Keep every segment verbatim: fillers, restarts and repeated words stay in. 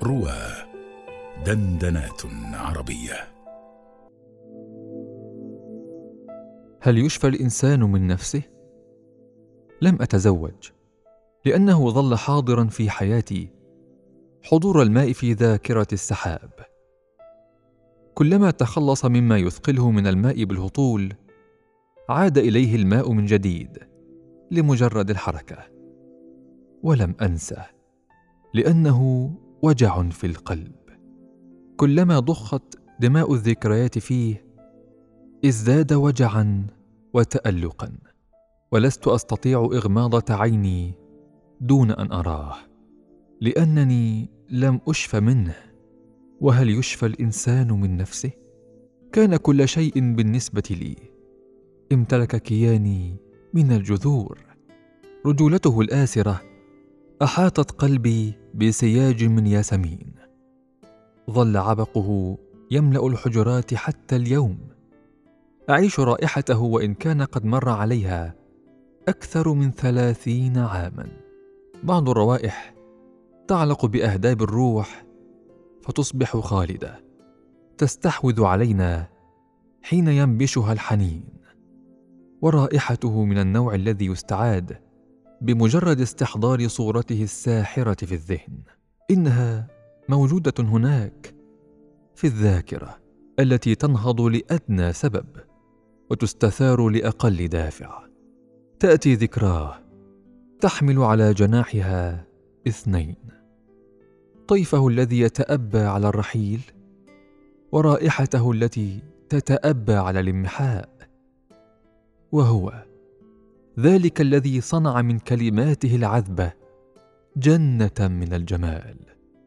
روى دندنات عربية. هل يشفى الإنسان من نفسه؟ لم أتزوج، لأنه ظل حاضرا في حياتي حضور الماء في ذاكرة السحاب. كلما تخلص مما يثقله من الماء بالهطول عاد إليه الماء من جديد لمجرد الحركة. ولم أنسه، لأنه وجع في القلب. كلما ضخت دماء الذكريات فيه ازداد وجعا وتألقا، ولست أستطيع إغماضة عيني دون أن أراه، لأنني لم أشف منه. وهل يشفى الإنسان من نفسه؟ كان كل شيء بالنسبة لي، امتلك كياني من الجذور. رجولته الآسرة أحاطت قلبي بسياج من ياسمين، ظل عبقه يملأ الحجرات حتى اليوم. أعيش رائحته وإن كان قد مر عليها أكثر من ثلاثين عاما. بعض الروائح تعلق بأهداب الروح فتصبح خالدة، تستحوذ علينا حين ينبشها الحنين. ورائحته من النوع الذي يستعاد بمجرد استحضار صورته الساحرة في الذهن. إنها موجودة هناك في الذاكرة التي تنهض لأدنى سبب وتستثار لأقل دافع. تأتي ذكراه تحمل على جناحها اثنين: طيفه الذي يتأبى على الرحيل، ورائحته التي تتأبى على الانمحاء. وهو ذلك الذي صنع من كلماته العذبة جنة من الجمال،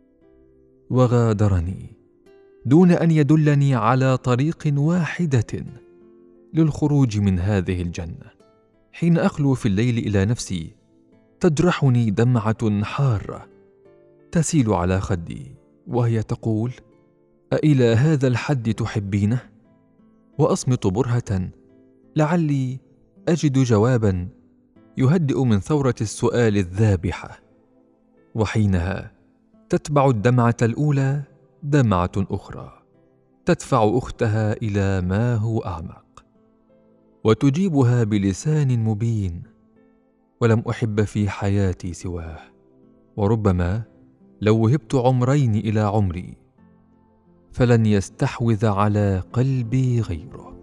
وغادرني دون أن يدلني على طريق واحدة للخروج من هذه الجنة. حين أخلو في الليل إلى نفسي تجرحني دمعة حارة تسيل على خدي، وهي تقول: أإلى هذا الحد تحبينه؟ وأصمت برهة لعلي أجد جوابا يهدئ من ثورة السؤال الذابحة. وحينها تتبع الدمعة الأولى دمعة أخرى تدفع أختها إلى ما هو أعمق، وتجيبها بلسان مبين: ولم أحب في حياتي سواه، وربما لو وهبت عمرين إلى عمري فلن يستحوذ على قلبي غيره.